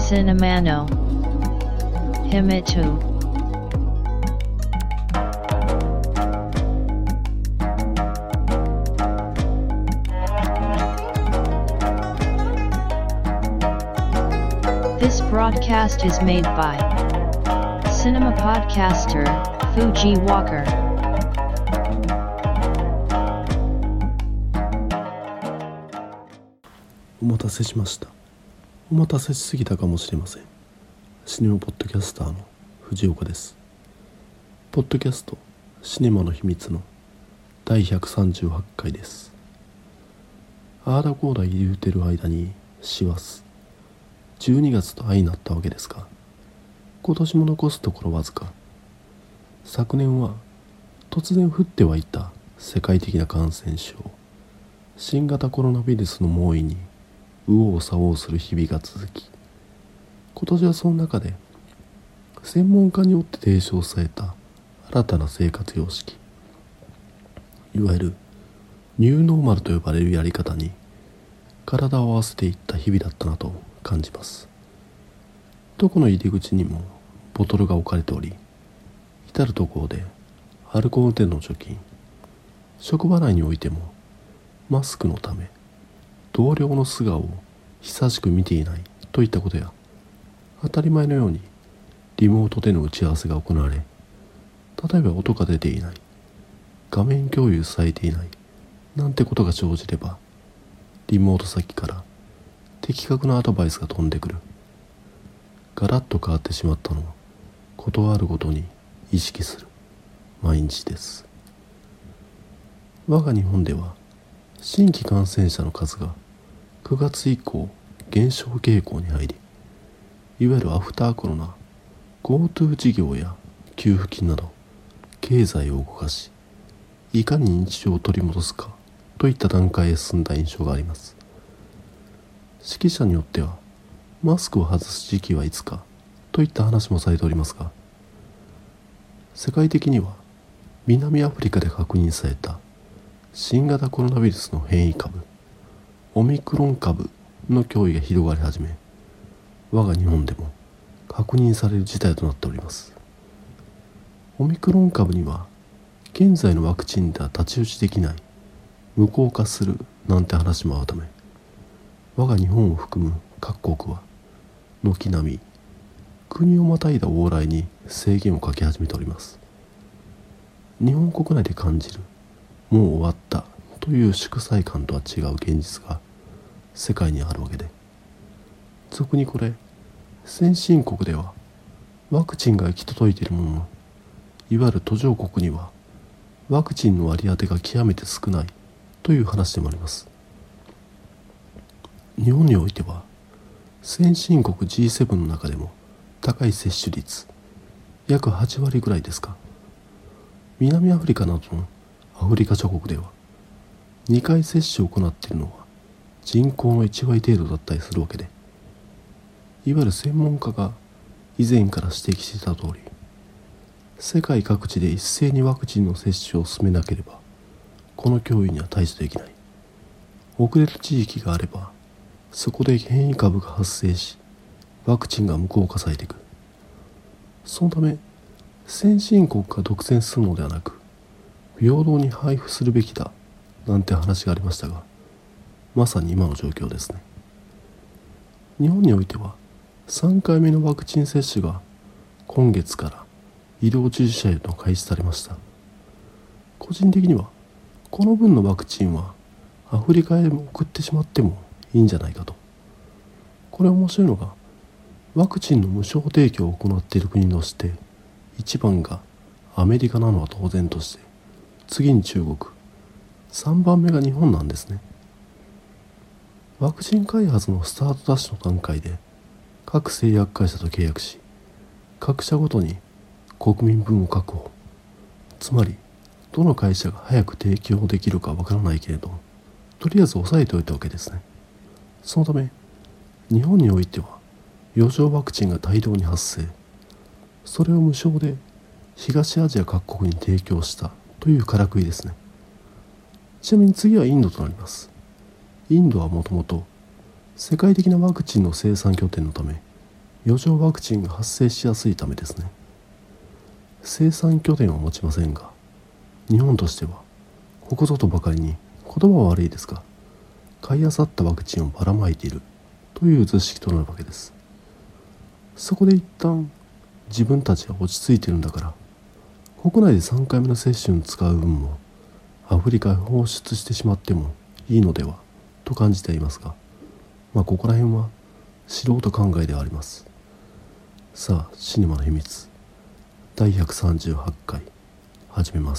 Cinemano Himitu This broadcast is made by Cinema Podcaster Fuji Walker. お待たせしました。お待たせしすぎたかもしれません。シネマポッドキャスターの藤岡です。ポッドキャストシネマの秘密の第138回です。あーだこーだ言うてる間に師走12月と相なったわけですが、今年も残すところわずか。昨年は突然降ってはいた世界的な感染症新型コロナウイルスの猛威に右往左往する日々が続き、今年はその中で専門家によって提唱された新たな生活様式、いわゆるニューノーマルと呼ばれるやり方に体を合わせていった日々だったなと感じます。どこの入り口にもボトルが置かれており、至る所でアルコールでの除菌、職場内においてもマスクのため同僚の素顔を久しく見ていないといったことや、当たり前のようにリモートでの打ち合わせが行われ、例えば音が出ていない、画面共有されていないなんてことが生じれば、リモート先から的確なアドバイスが飛んでくる。ガラッと変わってしまったのはことあるごとに意識する毎日です。我が日本では新規感染者の数が9月以降減少傾向に入り、いわゆるアフターコロナ GoTo 事業や給付金など経済を動かし、いかに日常を取り戻すかといった段階へ進んだ印象があります。識者によってはマスクを外す時期はいつかといった話もされておりますが、世界的には南アフリカで確認された新型コロナウイルスの変異株オミクロン株の脅威が広がり始め、我が日本でも確認される事態となっております。オミクロン株には現在のワクチンでは太刀打ちできない無効化するなんて話もあるため、我が日本を含む各国は軒並み国をまたいだ往来に制限をかけ始めております。日本国内で感じるもう終わったという祝祭感とは違う現実が世界にあるわけで、俗にこれ先進国ではワクチンが行き届いているものの、いわゆる途上国にはワクチンの割り当てが極めて少ないという話でもあります。日本においては先進国 G7 の中でも高い接種率約8割ぐらいですか。南アフリカなどのアフリカ諸国では2回接種を行っているのは人口の1割程度だったりするわけで、いわゆる専門家が以前から指摘していた通り、世界各地で一斉にワクチンの接種を進めなければこの脅威には対処できない。遅れる地域があればそこで変異株が発生し、ワクチンが無効化されていく。そのため先進国が独占するのではなく平等に配布するべきだなんて話がありましたが、まさに今の状況ですね。日本においては3回目のワクチン接種が今月から医療従事者へと開始されました。個人的にはこの分のワクチンはアフリカへ送ってしまってもいいんじゃないかと。これ面白いのが、ワクチンの無償提供を行っている国として1番がアメリカなのは当然として、次に中国、3番目が日本なんですね。ワクチン開発のスタートダッシュの段階で各製薬会社と契約し、各社ごとに国民分を確保、つまりどの会社が早く提供できるかわからないけれど、とりあえず抑えておいたわけですね。そのため日本においては余剰ワクチンが大量に発生、それを無償で東アジア各国に提供したというからくりですね。ちなみに次はインドとなります。インドはもともと世界的なワクチンの生産拠点のため余剰ワクチンが発生しやすいためですね。生産拠点は持ちませんが、日本としてはここぞとばかりに、言葉は悪いですが、買い漁ったワクチンをばらまいているという図式となるわけです。そこで一旦自分たちは落ち着いているんだから、国内で3回目の接種に使う分もアフリカへ放出してしまってもいいのではと感じていますが、ここら辺は素人考えではあります。さあ、シネマの秘密第138回始めます。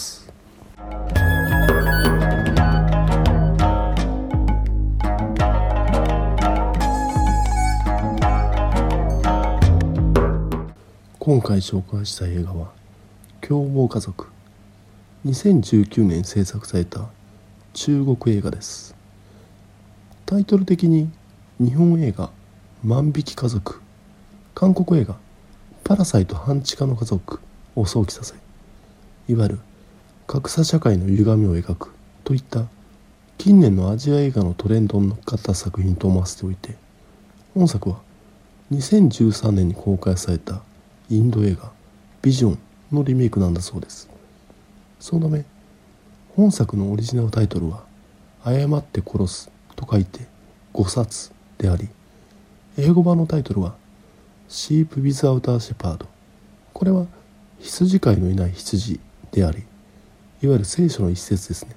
今回紹介した映画は凶暴家族。2019年制作された中国映画です。タイトル的に日本映画万引き家族、韓国映画パラサイト半地下の家族を想起させ、いわゆる格差社会の歪みを描くといった近年のアジア映画のトレンドに乗っかった作品と思わせておいて、本作は2013年に公開されたインド映画ビジョンのリメイクなんだそうです。そのため本作のオリジナルタイトルは誤って殺すと書いて誤殺であり、英語版のタイトルはシープ・ウィズ・アウター・シェパード、これは羊飼いのいない羊であり、いわゆる聖書の一節ですね。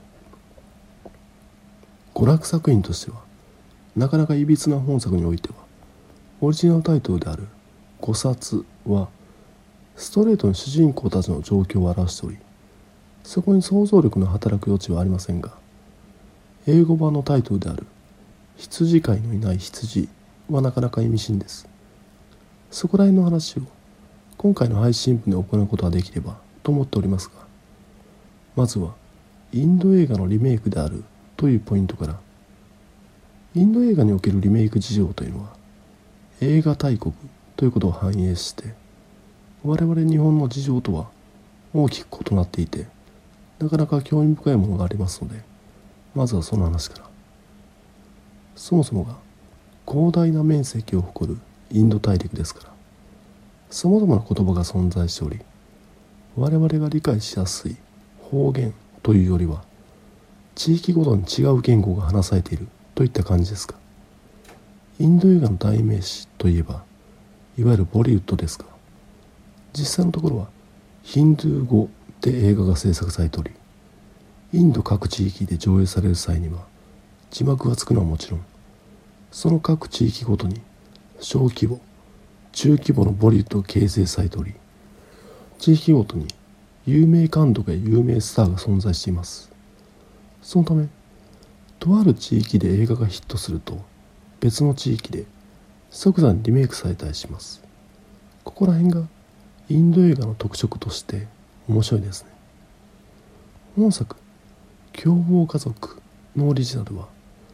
娯楽作品としてはなかなかいびつな本作においては、オリジナルタイトルである誤殺はストレートに主人公たちの状況を表しており、そこに想像力の働く余地はありませんが、英語版のタイトルである羊飼いのいない羊はなかなか意味深です。そこら辺の話を今回の配信分で行うことができればと思っておりますが、まずはインド映画のリメイクであるというポイントから。インド映画におけるリメイク事情というのは映画大国ということを反映して、我々日本の事情とは大きく異なっていて、なかなか興味深いものがありますので、まずはその話から。そもそもが広大な面積を誇るインド大陸ですから、さまざまな言葉が存在しており、我々が理解しやすい方言というよりは地域ごとに違う言語が話されているといった感じですが、インド映画の代名詞といえばいわゆるボリウッドですが、実際のところはヒンドゥー語で映画が制作されており、インド各地域で上映される際には字幕がつくのはもちろん、その各地域ごとに小規模、中規模のボリウッドが形成されており、地域ごとに有名監督や有名スターが存在しています。そのためとある地域で映画がヒットすると、別の地域で即座にリメイクされたりします。ここら辺がインド映画の特色として面白いですね。本作凶暴家族のオリジナルは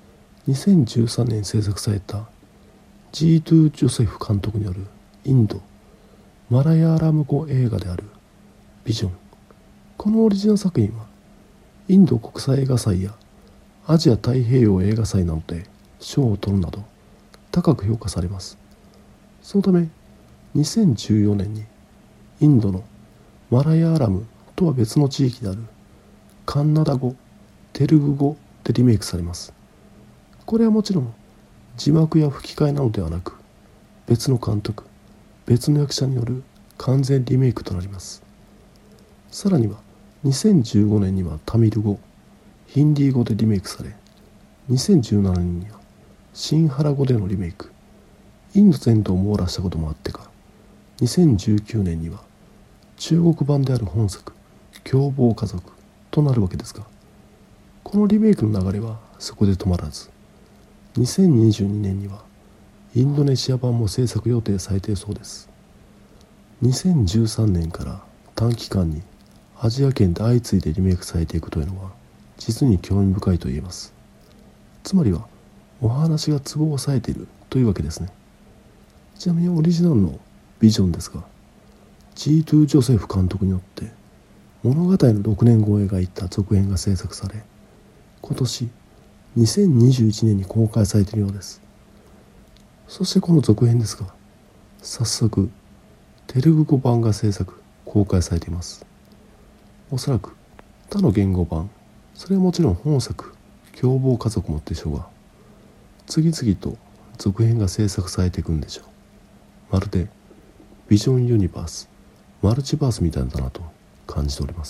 2013年に制作されたジートゥ・ジョセフ監督によるインドマラヤーラム語映画であるビジョン。このオリジナル作品はインド国際映画祭やアジア太平洋映画祭などで賞を取るなど高く評価されます。そのため2014年にインドのマラヤーラムとは別の地域であるカンナダ語、テルグ語でリメイクされます。これはもちろん字幕や吹き替えなどではなく、別の監督、別の役者による完全リメイクとなります。さらには2015年にはタミル語、ヒンディー語でリメイクされ、2017年にはシンハラ語でのリメイク、インド全土を網羅したこともあってか、2019年には中国版である本作凶暴家族となるわけですが、このリメイクの流れはそこで止まらず、2022年にはインドネシア版も制作予定されているそうです。2013年から短期間にアジア圏で相次いでリメイクされていくというのは実に興味深いと言えます。つまりはお話がツボを押さえているというわけですね。ちなみにオリジナルのビジョンですが、ジートゥ・ジョセフ監督によって物語の6年後を描いた続編が制作され、今年2021年に公開されているようです。そしてこの続編ですが、 早速テルグ語版が制作公開されています。おそらく他の言語版、それはもちろん本作凶暴家族もでしょうが、次々と続編が制作されていくんでしょう。まるでビジョンユニバース、マルチバースみたいだなと感じております。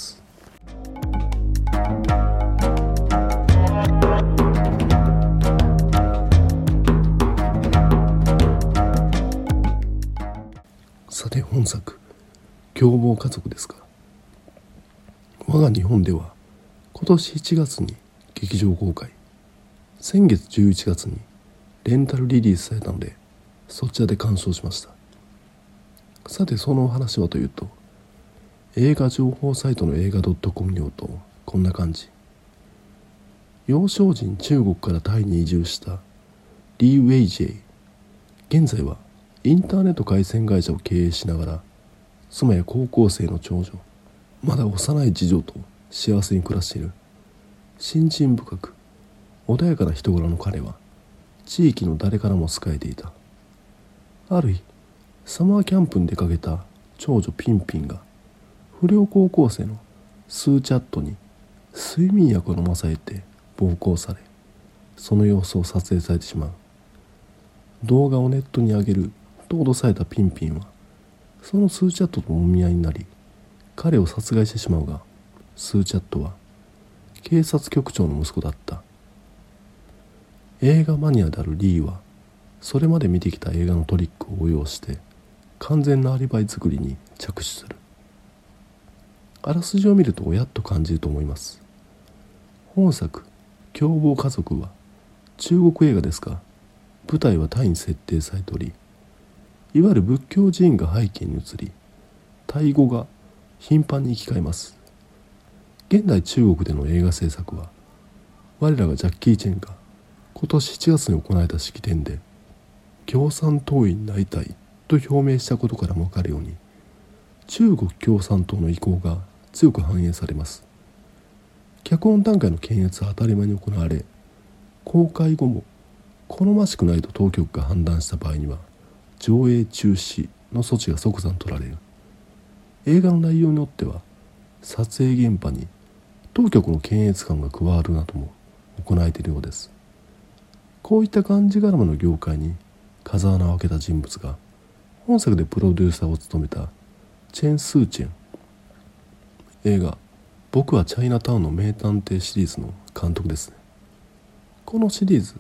さて本作凶暴家族ですが、我が日本では今年1月に劇場公開、先月11月にレンタルリリースされたので、そちらで鑑賞しました。さてそのお話はというと、映画情報サイトの映画 .com によるとこんな感じ。幼少時に中国からタイに移住したリー・ウェイジェイ、現在はインターネット回線会社を経営しながら、妻や高校生の長女、まだ幼い次女と幸せに暮らしている。信心深く穏やかな人柄の彼は地域の誰からも好かれていた。ある日サマーキャンプに出かけた長女ピンピンが不良高校生のスーチャットに睡眠薬を飲まされて暴行され、その様子を撮影されてしまう。動画をネットに上げると脅されたピンピンはそのスーチャットともみ合いになり、彼を殺害してしまうが、スーチャットは警察局長の息子だった。映画マニアであるリーはそれまで見てきた映画のトリックを応用して完全なアリバイ作りに着手する。あらすじを見るとおやっと感じると思います。本作凶暴家族は中国映画ですが、舞台はタイに設定されており、いわゆる仏教寺院が背景に移り、タイ語が頻繁に行き交います。現代中国での映画制作は、我らがジャッキー・チェンが今年7月に行われた式典で共産党員になりたいと表明したことからも分かるように、中国共産党の意向が強く反映されます。脚本段階の検閲は当たり前に行われ、公開後も好ましくないと当局が判断した場合には上映中止の措置が即座に取られる。映画の内容によっては撮影現場に当局の検閲官が加わるなども行われているようです。こういったがんじがらめの業界に風穴を開けた人物が、本作でプロデューサーを務めたチェン・スーチェン、映画僕はチャイナタウンの名探偵シリーズの監督ですね。このシリーズ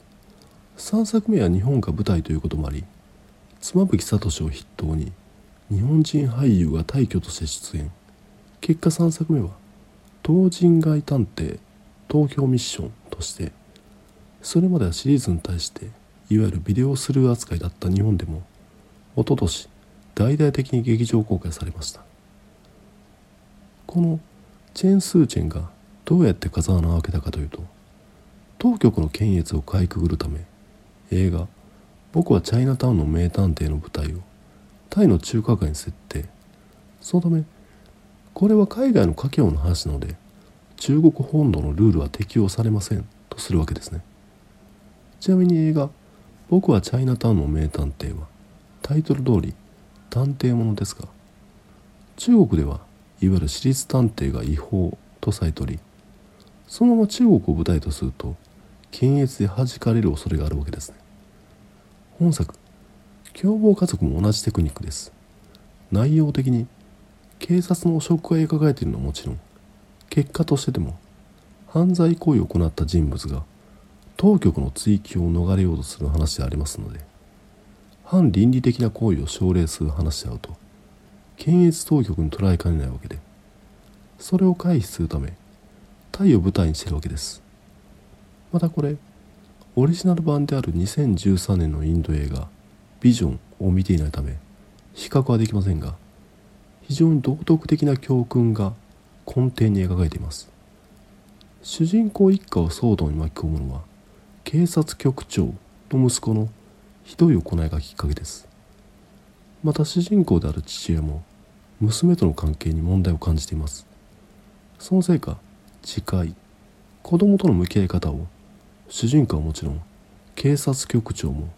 3作目は日本が舞台ということもあり、妻夫木聡を筆頭に日本人俳優が大挙として出演。結果3作目は東人街探偵東京ミッションとして、それまではシリーズに対していわゆるビデオスルー扱いだった日本でも一昨年大々的に劇場公開されました。このチェン・スーチェンがどうやって風穴を開けたかというと、当局の検閲をかいくぐるため、映画僕はチャイナタウンの名探偵の舞台をタイの中華街に設定。そのためこれは海外の華僑の話なので中国本土のルールは適用されませんとするわけですね。ちなみに映画僕はチャイナタウンの名探偵はタイトル通り探偵ものですが、中国ではいわゆる私立探偵が違法とされており、そのまま中国を舞台とすると検閲で弾かれる恐れがあるわけですね。本作凶暴家族も同じテクニックです。内容的に警察の汚職が描かれているのはもちろん、結果としてでも犯罪行為を行った人物が当局の追及を逃れようとする話でありますので、反倫理的な行為を奨励する話であると検閲当局に捉えかねないわけで、それを回避するためタイを舞台にしているわけです。またこれオリジナル版である2013年のインド映画ビジョンを見ていないため比較はできませんが、非常に道徳的な教訓が根底に描かれています。主人公一家を騒動に巻き込むのは警察局長の息子のひどい行いがきっかけです。また主人公である父親も娘との関係に問題を感じています。そのせいか自戒、子供との向き合い方を主人公はもちろん警察局長も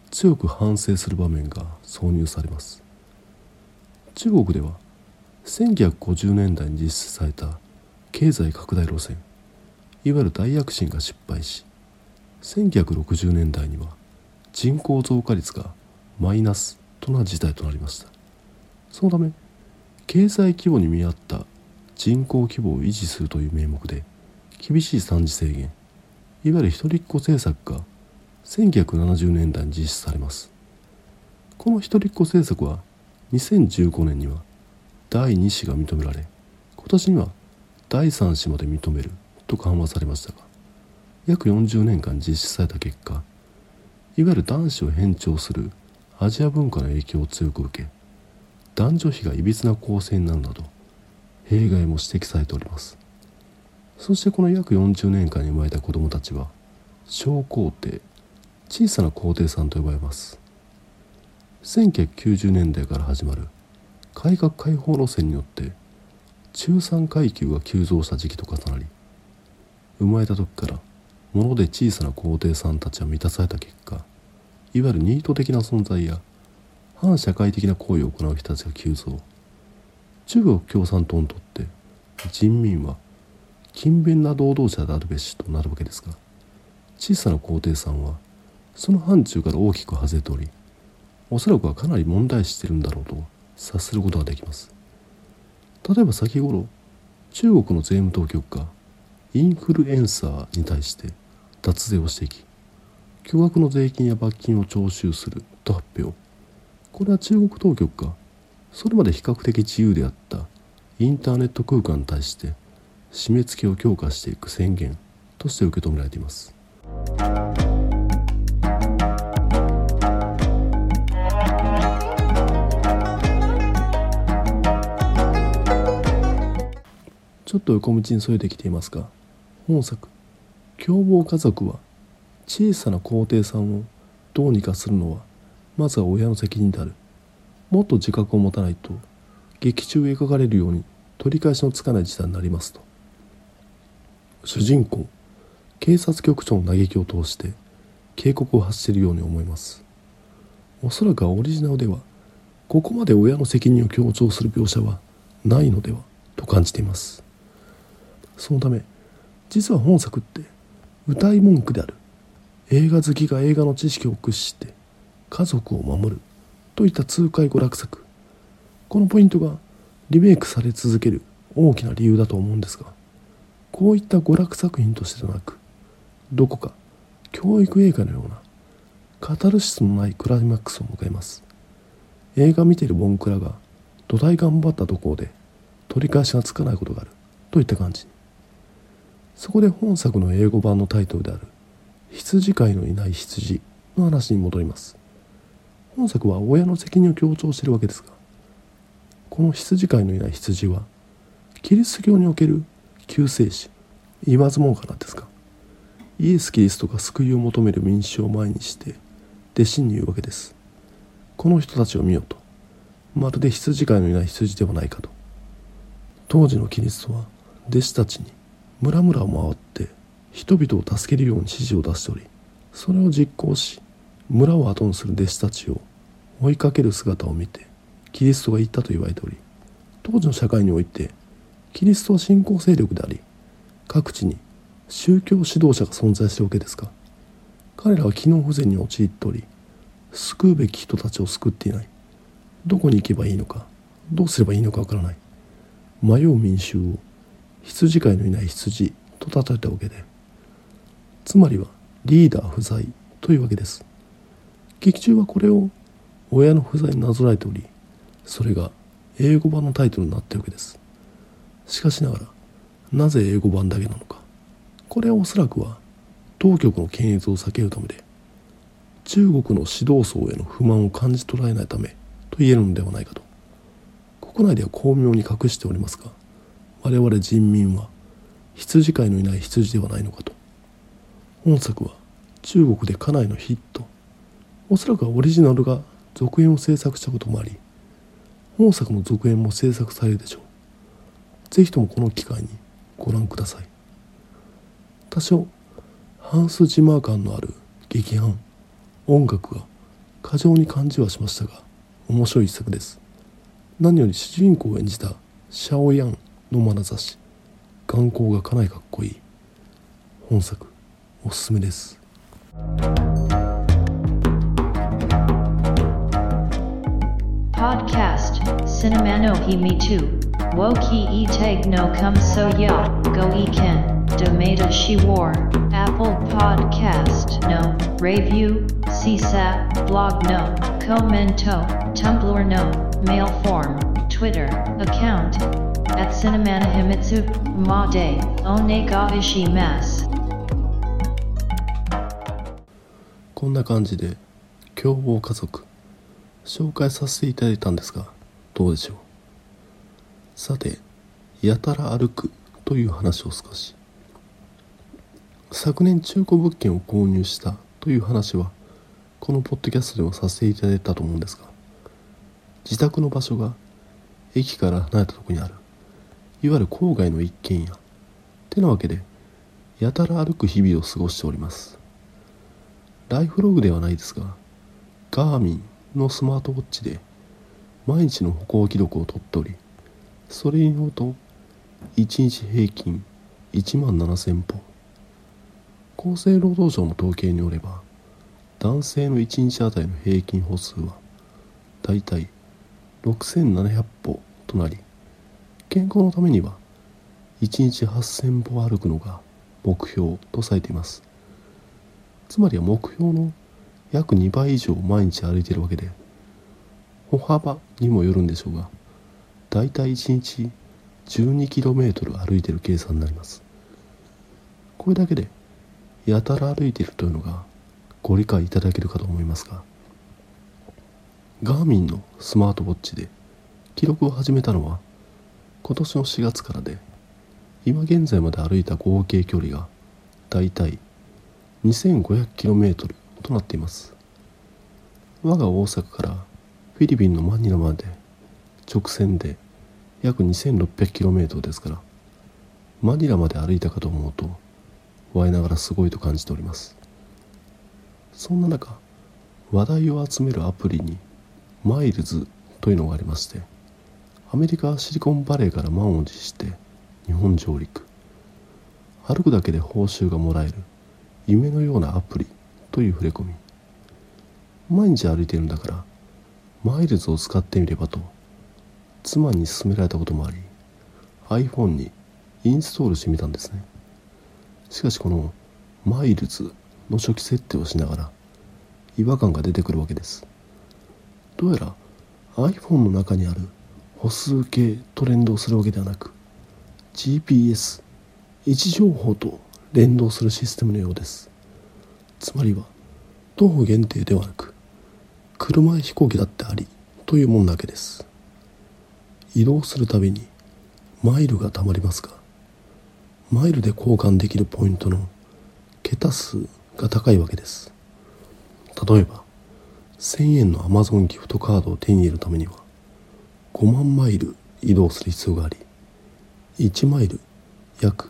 強く反省する場面が挿入されます。中国では1950年代に実施された経済拡大路線、いわゆる大躍進が失敗し、1960年代には人口増加率がマイナスとなる事態となりました。そのため経済規模に見合った人口規模を維持するという名目で厳しい産地制限、いわゆる一人っ子政策が1970年代に実施されます。この一人っ子政策は2015年には第2子が認められ、今年には第3子まで認めると緩和されましたが、約40年間実施された結果、いわゆる男子を偏重するアジア文化の影響を強く受け、男女比がいびつな構成になるなど弊害も指摘されております。そしてこの約40年間に生まれた子どもたちは小皇帝、小さな皇帝さんと呼ばれます。1990年代から始まる改革開放路線によって中産階級が急増した時期と重なり、生まれた時から物で小さな皇帝さんたちは満たされた結果、いわゆるニート的な存在や反社会的な行為を行う人たちが急増。中国共産党にとって人民は勤勉な労働者であるべしとなるわけですが、小さな皇帝さんはその範疇から大きく外れており、おそらくはかなり問題視しているんだろうと察することができます。例えば先頃、中国の税務当局がインフルエンサーに対して脱税をしていき、巨額の税金や罰金を徴収すると発表。これは中国当局がそれまで比較的自由であったインターネット空間に対して締め付けを強化していく宣言として受け止められています。ちょっと横道にそれてきていますが、本作「凶暴家族」は小さな皇帝さんをどうにかするのはまずは親の責任である。もっと自覚を持たないと劇中へ描かれるように取り返しのつかない事態になりますと、主人公警察局長の嘆きを通して警告を発しているように思います。おそらくはオリジナルではここまで親の責任を強調する描写はないのではと感じています。そのため実は本作って謳い文句である映画好きが映画の知識を駆使して家族を守るといった痛快娯楽作、このポイントがリメイクされ続ける大きな理由だと思うんですが、こういった娯楽作品としてではなく、どこか教育映画のようなカタルシスのないクライマックスを迎えます。映画見ているボンクラが土台頑張ったところで取り返しがつかないことがあるといった感じ。そこで本作の英語版のタイトルである羊飼いのいない羊の話に戻ります。本作は親の責任を強調しているわけですが、この羊飼いのいない羊はキリスト教における救世主、言わずもがなですが、イエス・キリストが救いを求める民衆を前にして弟子に言うわけです。この人たちを見よと、まるで羊飼いのいない羊ではないかと。当時のキリストは弟子たちに村々を回って人々を助けるように指示を出しており、それを実行し村を後にする弟子たちを追いかける姿を見てキリストが言ったと言われており、当時の社会においてキリストは新興勢力であり、各地に宗教指導者が存在しているわけですが、彼らは機能不全に陥っており、救うべき人たちを救っていない。どこに行けばいいのか、どうすればいいのかわからない。迷う民衆を羊飼いのいない羊と例えたわけで、つまりはリーダー不在というわけです。劇中はこれを親の不在になぞらえており、それが英語版のタイトルになっているわけです。しかしながら、なぜ英語版だけなのか。これはおそらくは当局の検閲を避けるためで、中国の指導層への不満を感じ取られないためと言えるのではないかと。国内では巧妙に隠しておりますが、我々人民は羊飼いのいない羊ではないのかと。本作は中国でかなりのヒット。おそらくはオリジナルが続編を制作したこともあり、本作の続編も制作されるでしょう。ぜひともこの機会にご覧ください。多少ハンス・ジマー感のある劇伴、音楽が過剰に感じはしましたが、面白い一作です。何より主人公を演じたシャオヤンの眼差し、眼光がかなりかっこいい。本作おすすめです。 Podcast Cinema no Himi 2 Woki e tag no come so ya go e ken Domata she war Apple Podcast no Review CSAP Blog no Commento Tumblr no Mail form Twitter account at Cinemana Himitsu Ma de Onega Ishimasu。 こんな感じで凶暴家族紹介させていただいたんですが、どうでしょう。さて、やたら歩くという話を少し。昨年中古物件を購入したという話はこのポッドキャストでもさせていただいたと思うんですが、自宅の場所が駅から離れたところにあるいわゆる郊外の一軒家ってなわけで、やたら歩く日々を過ごしております。ライフログではないですが、ガーミンのスマートウォッチで毎日の歩行記録を取っており、それによると1日平均17,000歩、厚生労働省の統計によれば男性の1日あたりの平均歩数はだいたい6,700歩となり、健康のためには1日8,000歩歩くのが目標とされています。つまりは目標の約2倍以上毎日歩いているわけで、歩幅にもよるんでしょうが、だいたい1日 12km 歩いている計算になります。これだけでやたら歩いているというのがご理解いただけるかと思いますが、ガーミンのスマートウォッチで記録を始めたのは今年の4月からで、今現在まで歩いた合計距離がだいたい 2,500km となっています。我が大阪からフィリピンのマニラまで直線で約 2,600km ですから、マニラまで歩いたかと思うと我ながらすごいと感じております。そんな中、話題を集めるアプリにマイルズというのがありまして、アメリカシリコンバレーから満を持して日本上陸、歩くだけで報酬がもらえる夢のようなアプリという触れ込み。毎日歩いているんだからマイルズを使ってみればと妻に勧められたこともあり、 iPhone にインストールしてみたんですね。しかしこのマイルズの初期設定をしながら違和感が出てくるわけです。どうやら iPhone の中にある歩数計と連動するわけではなく、 GPS 位置情報と連動するシステムのようです。つまりは徒歩限定ではなく車や飛行機だってありというもんなわけです。移動するたびにマイルがたまりますが、マイルで交換できるポイントの桁数が高いわけです。例えば1,000円の Amazon ギフトカードを手に入れるためには5万マイル移動する必要があり、1マイル約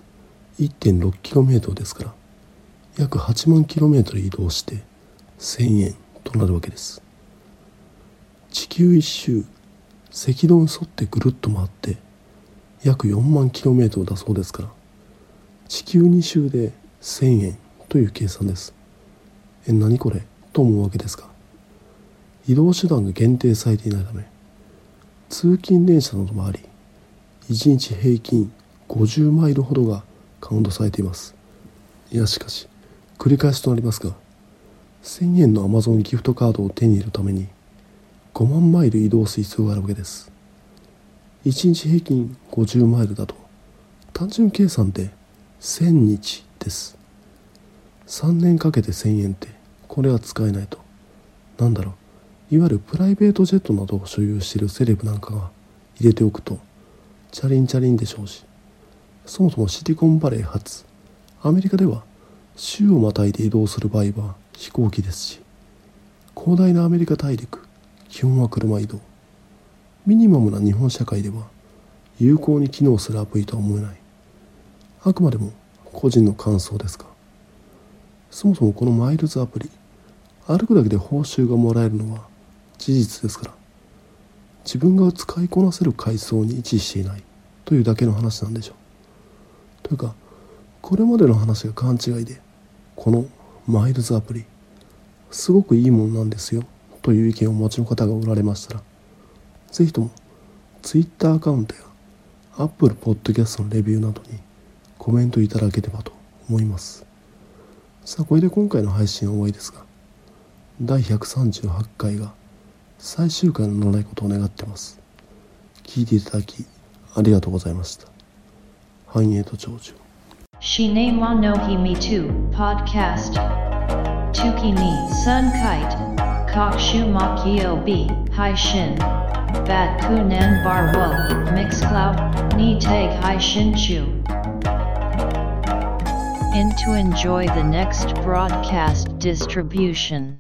1.6km ですから、約8万 km 移動して1,000円となるわけです。地球一周赤道に沿ってぐるっと回って約4万 km だそうですから、地球2周で1,000円という計算です。何これと思うわけですが、移動手段が限定されていないため通勤電車などもあり、1日平均50マイルほどがカウントされています。いやしかし繰り返しとなりますが、1,000円の Amazon ギフトカードを手に入れるために5万マイル移動する必要があるわけです。1日平均50マイルだと単純計算で1000日です。3年かけて1,000円ってこれは使えないと。なんだろう、いわゆるプライベートジェットなどを所有しているセレブなんかが入れておくとチャリンチャリンでしょうし、そもそもシリコンバレー発アメリカでは州をまたいで移動する場合は飛行機ですし、広大なアメリカ大陸基本は車移動。ミニマムな日本社会では有効に機能するアプリとは思えない。あくまでも個人の感想ですが、そもそもこのマイルズアプリ歩くだけで報酬がもらえるのは事実ですから、自分が使いこなせる階層に位置していないというだけの話なんでしょう。というか、これまでの話が勘違いで、このマイルズアプリすごくいいものなんですよという意見をお持ちの方がおられましたら、ぜひとも Twitter アカウントや Apple Podcast のレビューなどにコメントいただければと思います。さあ、これで今回の配信は終わりですが、第138回が最終回にならないことを願ってます。聞いていただきありがとうございました。繁栄と長寿。 Shinema no Himi 2 Podcast Tuki ni Sun Kite Kokshu Makio B Haishin Bat Kunan Bar Wo Mixcloud Ni Tag Haishin Chu In to enjoy the next broadcast distribution.